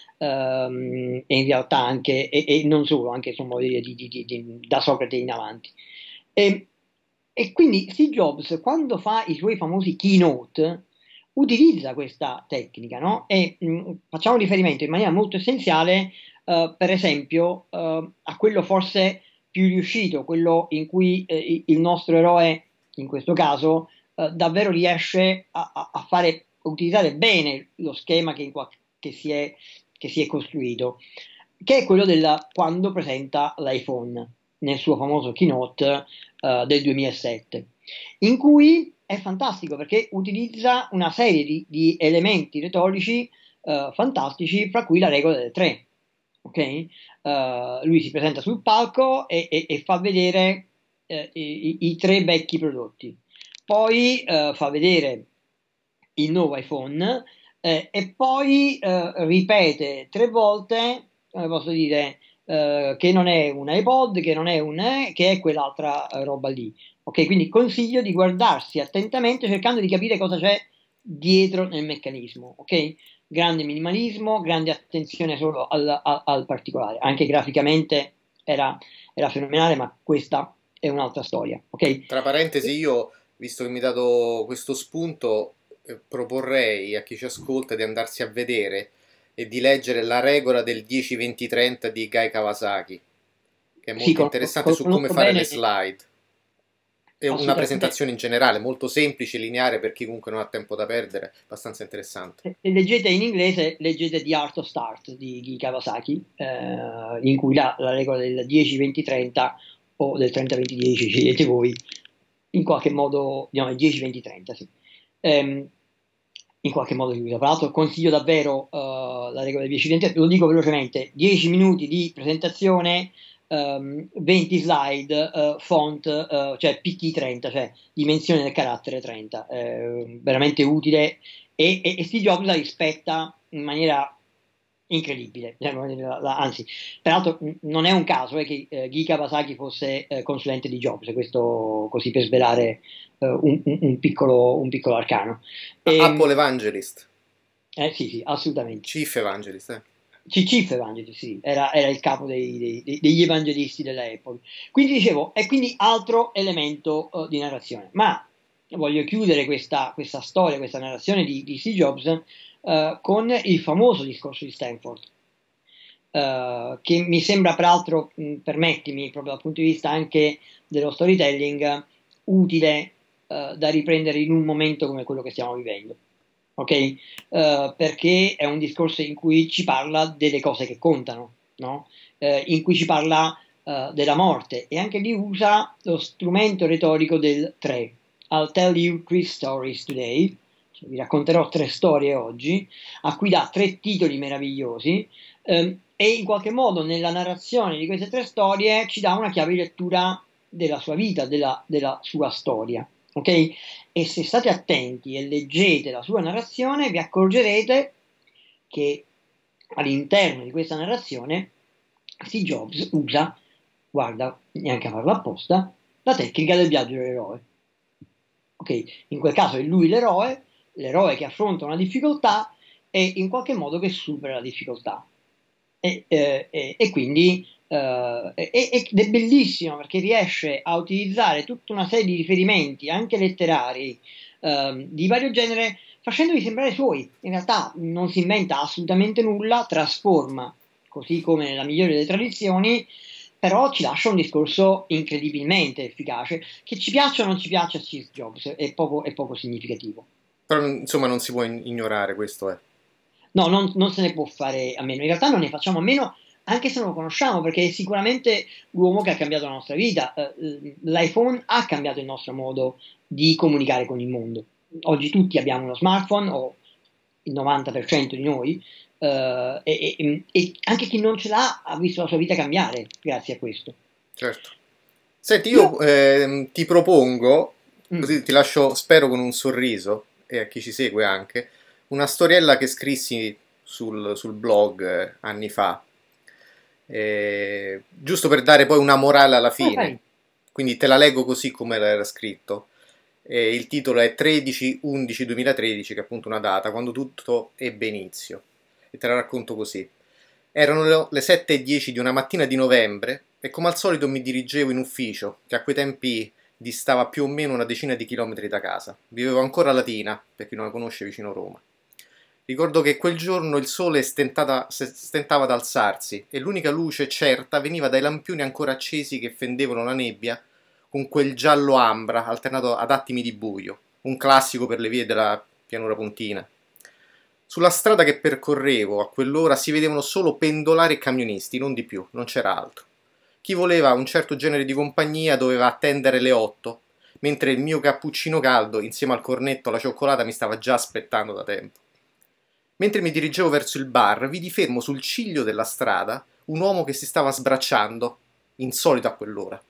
um, e in realtà anche, e, e non solo, anche insomma, di, di, di, di, da Socrate in avanti. E, e quindi Steve Jobs, quando fa i suoi famosi keynote, utilizza questa tecnica, no? E mh, facciamo riferimento in maniera molto essenziale, uh, per esempio, uh, a quello forse più riuscito, quello in cui eh, il nostro eroe, in questo caso, uh, davvero riesce a, a, a fare, a utilizzare bene lo schema che, in qua, che, si è, che si è costruito, che è quello della, quando presenta l'iPhone nel suo famoso keynote uh, del duemilasette, in cui è fantastico perché utilizza una serie di, di elementi retorici uh, fantastici, fra cui la regola delle tre. Okay? Uh, lui si presenta sul palco e, e, e fa vedere uh, i, i, tre vecchi prodotti, poi uh, fa vedere il nuovo iPhone eh, e poi uh, ripete tre volte, come posso dire, uh, che non è un iPod, che non è un eh, che è quell'altra roba lì. Ok, quindi consiglio di guardarsi attentamente cercando di capire cosa c'è dietro nel meccanismo, ok? Grande minimalismo, grande attenzione solo al, al, al particolare, anche graficamente era, era fenomenale, ma questa è un'altra storia, ok? Tra parentesi, io, visto che mi hai dato questo spunto, eh, proporrei a chi ci ascolta di andarsi a vedere e di leggere La regola del dieci venti trenta di Guy Kawasaki, che è Sì, molto con, interessante con, su come conosco fare bene, le slide. È una assolutamente. presentazione in generale molto semplice, lineare, per chi comunque non ha tempo da perdere, abbastanza interessante. Se leggete in inglese, leggete The Art of Start di, di Kawasaki, eh, in cui la, la regola del dieci venti trenta o del trenta venti dieci, scegliete voi, in qualche modo, no, il dieci venti trenta, sì. Ehm, in qualche modo si usa. Tra l'altro consiglio davvero uh, la regola del dieci venti, lo dico velocemente, dieci minuti di presentazione, um, venti slide, uh, font, uh, cioè P T trenta, cioè dimensione del carattere trenta, eh, veramente utile, e, e, e Steve Jobs la rispetta in maniera incredibile, anzi, peraltro non è un caso eh, che eh, Guy Kawasaki fosse eh, consulente di Jobs, questo così per svelare eh, un, un, piccolo, un piccolo arcano. Apple E, Evangelist. eh, sì, sì, assolutamente. Chief Evangelist, eh. Chief Evangelist, sì, era, era il capo dei, dei, degli evangelisti della Apple. Quindi dicevo, è quindi altro elemento uh, di narrazione. Ma voglio chiudere questa, questa storia, questa narrazione di, di Steve Jobs uh, con il famoso discorso di Stanford. eh, che mi sembra peraltro, mh, permettimi, proprio dal punto di vista anche dello storytelling, utile eh, da riprendere in un momento come quello che stiamo vivendo. Ok? Eh, perché è un discorso in cui ci parla delle cose che contano, no? Eh, in cui ci parla eh, della morte e anche lì usa lo strumento retorico del tre. I'll tell you three stories today, cioè, vi racconterò tre storie oggi, a cui dà tre titoli meravigliosi ehm, e in qualche modo nella narrazione di queste tre storie ci dà una chiave di lettura della sua vita, della, della sua storia. Ok? E se state attenti e leggete la sua narrazione, vi accorgerete che all'interno di questa narrazione Steve Jobs usa, guarda, neanche a farlo apposta, la tecnica del viaggio dell'eroe. Ok, in quel caso è lui l'eroe, l'eroe che affronta una difficoltà e in qualche modo che supera la difficoltà. E, eh, e, e quindi eh, ed è bellissimo perché riesce a utilizzare tutta una serie di riferimenti, anche letterari, eh, di vario genere, facendoli sembrare suoi. In realtà non si inventa assolutamente nulla, trasforma, così come nella migliore delle tradizioni, però ci lascia un discorso incredibilmente efficace. Che ci piaccia o non ci piaccia Steve Jobs, è poco, è poco significativo. Però insomma non si può ignorare, questo è. No, non, non se ne può fare a meno. In realtà non ne facciamo a meno anche se non lo conosciamo, perché è sicuramente l'uomo che ha cambiato la nostra vita. Eh, L'iPhone ha cambiato il nostro modo di comunicare con il mondo. Oggi tutti abbiamo uno smartphone, o il novanta per cento di noi, eh, e, e- e anche chi non ce l'ha ha visto la sua vita cambiare grazie a questo. Certo. Senti, Io, io ehm, ti propongo, mm, così ti lascio, spero con un sorriso, e a chi ci segue anche, una storiella che scrissi sul, sul blog eh, anni fa, eh, giusto per dare poi una morale alla vai, fine. vai. Quindi te la leggo così come era scritto. Eh, il titolo è tredici undici duemilatredici, che è appunto una data, quando tutto ebbe inizio. E te la racconto così. Erano le sette e dieci di una mattina di novembre e come al solito mi dirigevo in ufficio, che a quei tempi distava più o meno una decina di chilometri da casa. Vivevo ancora a Latina, per chi non la conosce, vicino Roma. Ricordo che quel giorno il sole stentata- stentava ad alzarsi e l'unica luce certa veniva dai lampioni ancora accesi che fendevano la nebbia con quel giallo ambra alternato ad attimi di buio, un classico per le vie della pianura pontina. Sulla strada che percorrevo a quell'ora si vedevano solo pendolari e camionisti, non di più, non c'era altro. Chi voleva un certo genere di compagnia doveva attendere le otto, mentre il mio cappuccino caldo, insieme al cornetto alla cioccolata, mi stava già aspettando da tempo. Mentre mi dirigevo verso il bar, vidi fermo sul ciglio della strada un uomo che si stava sbracciando, insolito a quell'ora.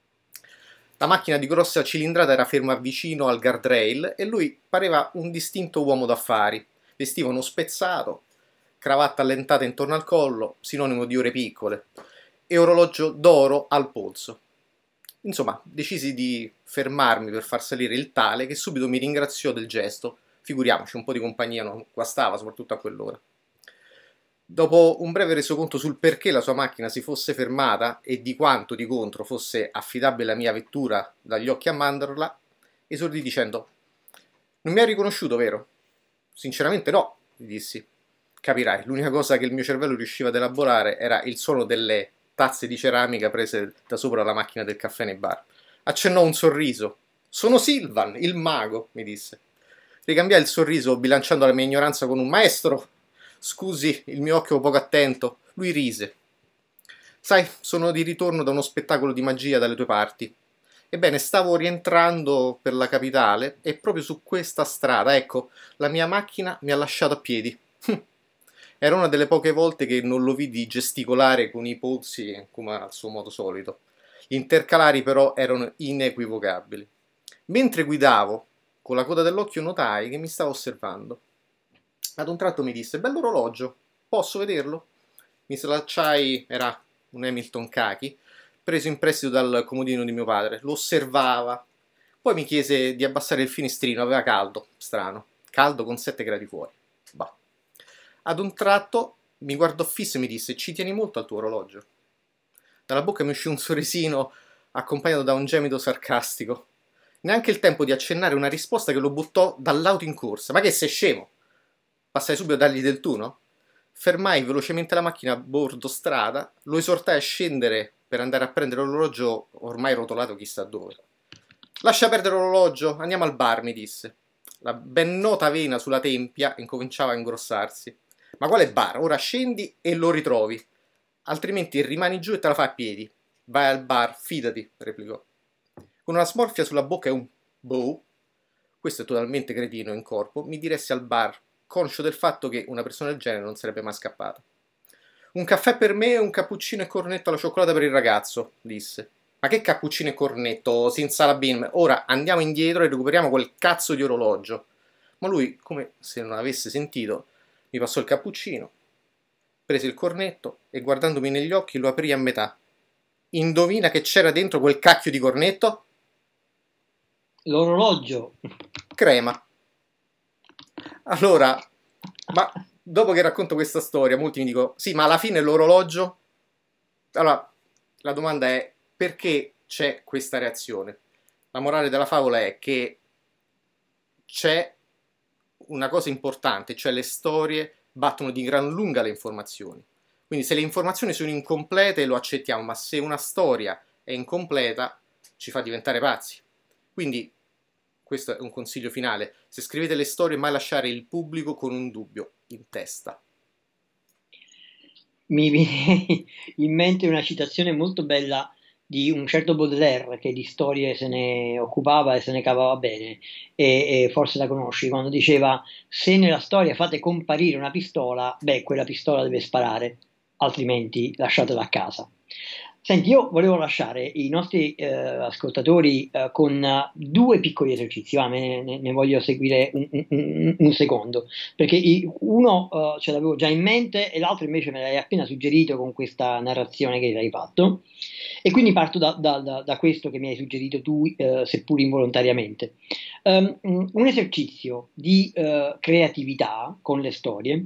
La macchina di grossa cilindrata era ferma vicino al guardrail e lui pareva un distinto uomo d'affari. Vestiva uno spezzato, cravatta allentata intorno al collo, sinonimo di ore piccole, e orologio d'oro al polso. Insomma, decisi di fermarmi per far salire il tale, che subito mi ringraziò del gesto. Figuriamoci, un po' di compagnia non guastava, soprattutto a quell'ora. Dopo un breve resoconto sul perché la sua macchina si fosse fermata e di quanto di contro fosse affidabile la mia vettura dagli occhi a mandorla, esordì dicendo: "Non mi hai riconosciuto, vero?" "Sinceramente no", gli dissi. "Capirai, l'unica cosa che il mio cervello riusciva ad elaborare era il suono delle tazze di ceramica prese da sopra la macchina del caffè nei bar." Accennò un sorriso. "Sono Silvan, il mago", mi disse. Ricambiai il sorriso bilanciando la mia ignoranza con un: "Maestro, scusi il mio occhio poco attento." Lui rise. "Sai, sono di ritorno da uno spettacolo di magia dalle tue parti. Ebbene, stavo rientrando per la capitale e proprio su questa strada, ecco, la mia macchina mi ha lasciato a piedi." Era una delle poche volte che non lo vidi gesticolare con i polsi come al suo modo solito. Gli intercalari però erano inequivocabili. Mentre guidavo, con la coda dell'occhio notai che mi stava osservando. Ad un tratto mi disse: "Bell'orologio, posso vederlo?" Mi slacciai, era un Hamilton Khaki, preso in prestito dal comodino di mio padre. Lo osservava. Poi mi chiese di abbassare il finestrino, aveva caldo, strano, caldo con sette gradi fuori. Bah. Ad un tratto mi guardò fisso e mi disse: "Ci tieni molto al tuo orologio?" Dalla bocca mi uscì un sorrisino accompagnato da un gemito sarcastico. Neanche il tempo di accennare una risposta che lo buttò dall'auto in corsa. "Ma che sei scemo? Passai subito a dargli del tu, no?" fermai velocemente la macchina a bordo strada, lo esortai a scendere per andare a prendere l'orologio ormai rotolato chissà dove. «Lascia perdere l'orologio, andiamo al bar», mi disse. La ben nota vena sulla tempia incominciava a ingrossarsi. «Ma quale bar? Ora scendi e lo ritrovi, altrimenti rimani giù e te la fai a piedi. Vai al bar, fidati», replicò. Con una smorfia sulla bocca e un boh, questo è totalmente cretino in corpo, mi diressi al bar, conscio del fatto che una persona del genere non sarebbe mai scappata. «Un caffè per me e un cappuccino e cornetto alla cioccolata per il ragazzo», disse. «Ma che cappuccino e cornetto, Simsalabim, ora andiamo indietro e recuperiamo quel cazzo di orologio». Ma lui, come se non avesse sentito, mi passò il cappuccino, prese il cornetto e guardandomi negli occhi lo aprì a metà. Indovina che c'era dentro quel cacchio di cornetto? L'orologio. Crema. Allora, ma dopo che racconto questa storia, molti mi dicono, sì, ma alla fine l'orologio? Allora, la domanda è, perché c'è questa reazione? La morale della favola è che c'è una cosa importante, cioè le storie battono di gran lunga le informazioni. Quindi se le informazioni sono incomplete lo accettiamo, ma se una storia è incompleta ci fa diventare pazzi. Quindi questo è un consiglio finale: se scrivete le storie, mai lasciare il pubblico con un dubbio in testa. Mi viene in mente una citazione molto bella di un certo Baudelaire, che di storie se ne occupava e se ne cavava bene, e, e forse la conosci, quando diceva: se nella storia fate comparire una pistola, beh, quella pistola deve sparare, altrimenti lasciatela a casa. Senti, io volevo lasciare i nostri eh, ascoltatori eh, con eh, due piccoli esercizi, va, me ne, ne voglio seguire un, un- un secondo, perché i- uno eh, ce l'avevo già in mente e l'altro invece me l'hai appena suggerito con questa narrazione che hai fatto, e quindi parto da, da- da- da questo che mi hai suggerito tu, eh, seppur involontariamente. Um, un esercizio di eh, creatività con le storie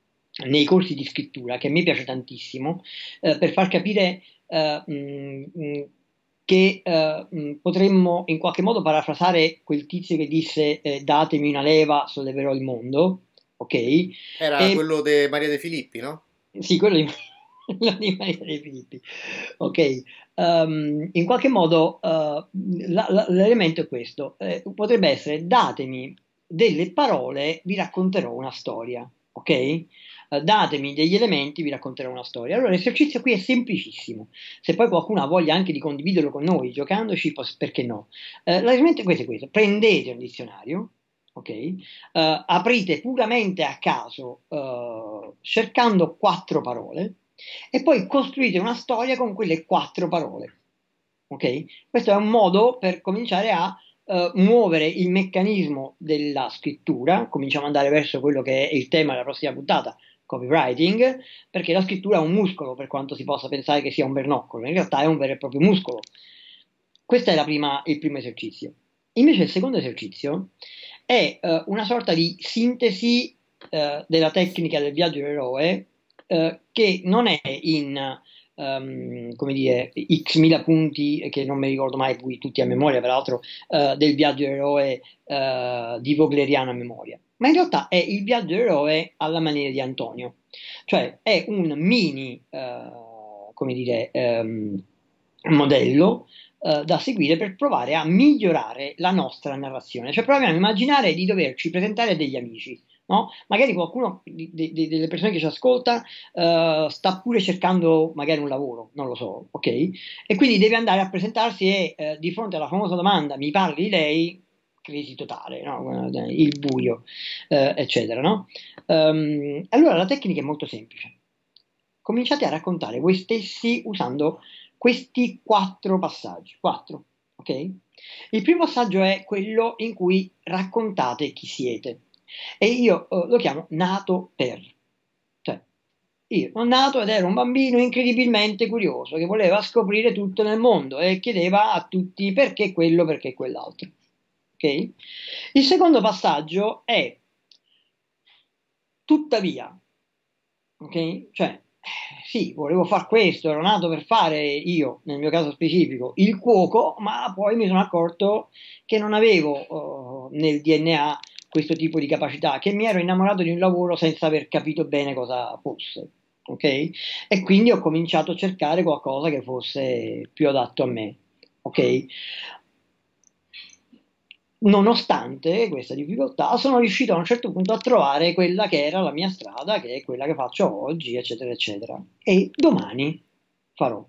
nei corsi di scrittura che a me piace tantissimo, eh, per far capire eh, mh, mh, che eh, mh, potremmo in qualche modo parafrasare quel tizio che disse eh, datemi una leva, solleverò il mondo, ok? Era E quello di Maria De Filippi, no? sì, quello di, quello di Maria dei Filippi, ok? Ehm, in qualche modo eh, la- la- l'elemento è questo: eh, potrebbe essere datemi delle parole, vi racconterò una storia, ok? Eh, datemi degli elementi, vi racconterò una storia. Allora, l'esercizio qui è semplicissimo. Se poi qualcuno ha voglia anche di condividerlo con noi, giocandoci, pos- perché no? Eh, l'esercizio è questo, è questo. Prendete un dizionario, ok? Eh, aprite puramente a caso, eh, cercando quattro parole, e poi costruite una storia con quelle quattro parole. Ok? Questo è un modo per cominciare a eh, muovere il meccanismo della scrittura. Cominciamo ad andare verso quello che è il tema della prossima puntata, copywriting, perché la scrittura è un muscolo, per quanto si possa pensare che sia un bernoccolo, in realtà è un vero e proprio muscolo. Questo è la prima- il primo esercizio. Invece il secondo esercizio è eh, una sorta di sintesi eh, della tecnica del viaggio dell'eroe, eh, che non è in ehm, come dire, x mila punti, che non mi ricordo mai qui tutti a memoria, peraltro, eh, del viaggio dell'eroe eh, di Vogleriano a memoria, ma in realtà è il viaggio dell'eroe alla maniera di Antonio, cioè è un mini, eh, come dire, ehm, modello eh, da seguire per provare a migliorare la nostra narrazione. Cioè proviamo a immaginare di doverci presentare degli amici, no? Magari qualcuno di- di- di- delle persone che ci ascolta eh, sta pure cercando magari un lavoro, non lo so, ok? E quindi deve andare a presentarsi e eh, di fronte alla famosa domanda mi parli di lei? Crisi totale, no? Il buio, eh, eccetera, no? Ehm, allora la tecnica è molto semplice. Cominciate a raccontare voi stessi usando questi quattro passaggi. Quattro, ok? Il primo passaggio è quello in cui raccontate chi siete. E io eh, lo chiamo nato per. Cioè, io sono nato ed ero un bambino incredibilmente curioso che voleva scoprire tutto nel mondo e chiedeva a tutti perché quello, perché quell'altro. Ok? Il secondo passaggio è tuttavia, ok? Cioè, sì, volevo fare questo, ero nato per fare io, nel mio caso specifico, il cuoco, ma poi mi sono accorto che non avevo eh, nel D N A questo tipo di capacità, che mi ero innamorato di un lavoro senza aver capito bene cosa fosse, ok? E quindi ho cominciato a cercare qualcosa che fosse più adatto a me, ok? Nonostante questa difficoltà, sono riuscito a un certo punto a trovare quella che era la mia strada, che è quella che faccio oggi, eccetera, eccetera. E domani farò.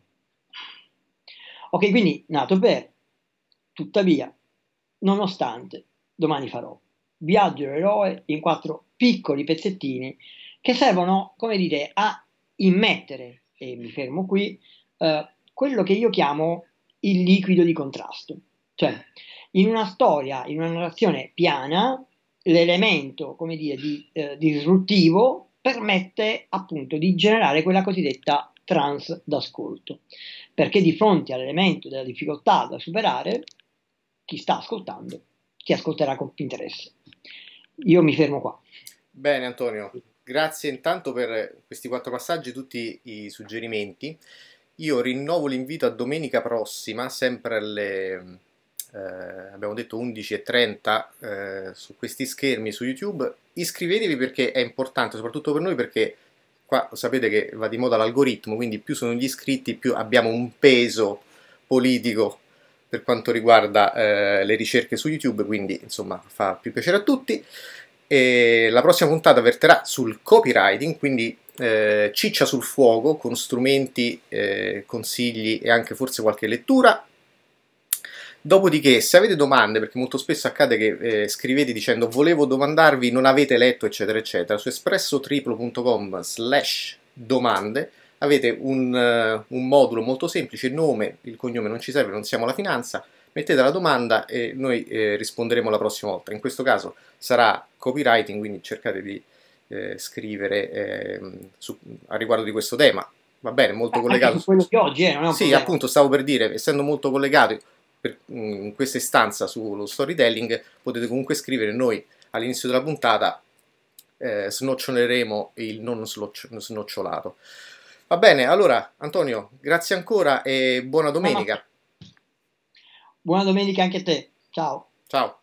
Ok, quindi nato per, tuttavia, nonostante, domani farò. Viaggio l'eroe in quattro piccoli pezzettini che servono, come dire, a immettere, e mi fermo qui, eh, quello che io chiamo il liquido di contrasto. Cioè, in una storia, in una narrazione piana, l'elemento, come dire, di, eh, disruttivo permette appunto di generare quella cosiddetta trance d'ascolto, perché di fronte all'elemento della difficoltà da superare, chi sta ascoltando ti ascolterà con più interesse. Io mi fermo qua. Bene Antonio, grazie intanto per questi quattro passaggi, tutti i suggerimenti. Io rinnovo l'invito a domenica prossima, sempre alle, eh, abbiamo detto undici e trenta, eh, su questi schermi su YouTube. Iscrivetevi perché è importante, soprattutto per noi, perché qua sapete che va di moda l'algoritmo, quindi più sono gli iscritti, più abbiamo un peso politico per quanto riguarda eh, le ricerche su YouTube, quindi insomma fa più piacere a tutti. E la prossima puntata verterà sul copywriting, quindi eh, ciccia sul fuoco con strumenti, eh, consigli e anche forse qualche lettura. Dopodiché, se avete domande, perché molto spesso accade che eh, scrivete dicendo volevo domandarvi, non avete letto, eccetera, eccetera, su espressotriplo punto com slash domande avete un, uh, un modulo molto semplice, nome, il cognome non ci serve, non siamo la finanza, mettete la domanda e noi eh, risponderemo la prossima volta. In questo caso sarà copywriting, quindi cercate di eh, scrivere eh, su, a riguardo di questo tema. Va bene, molto Anche collegato. su quello di oggi, eh, non è un Sì, problema. appunto, stavo per dire, essendo molto collegato per, in questa istanza sullo storytelling, potete comunque scrivere. Noi all'inizio della puntata eh, snoccioleremo il non snocciolato. Va bene, allora Antonio, grazie ancora e buona No, no. domenica. Buona domenica anche a te. Ciao. Ciao.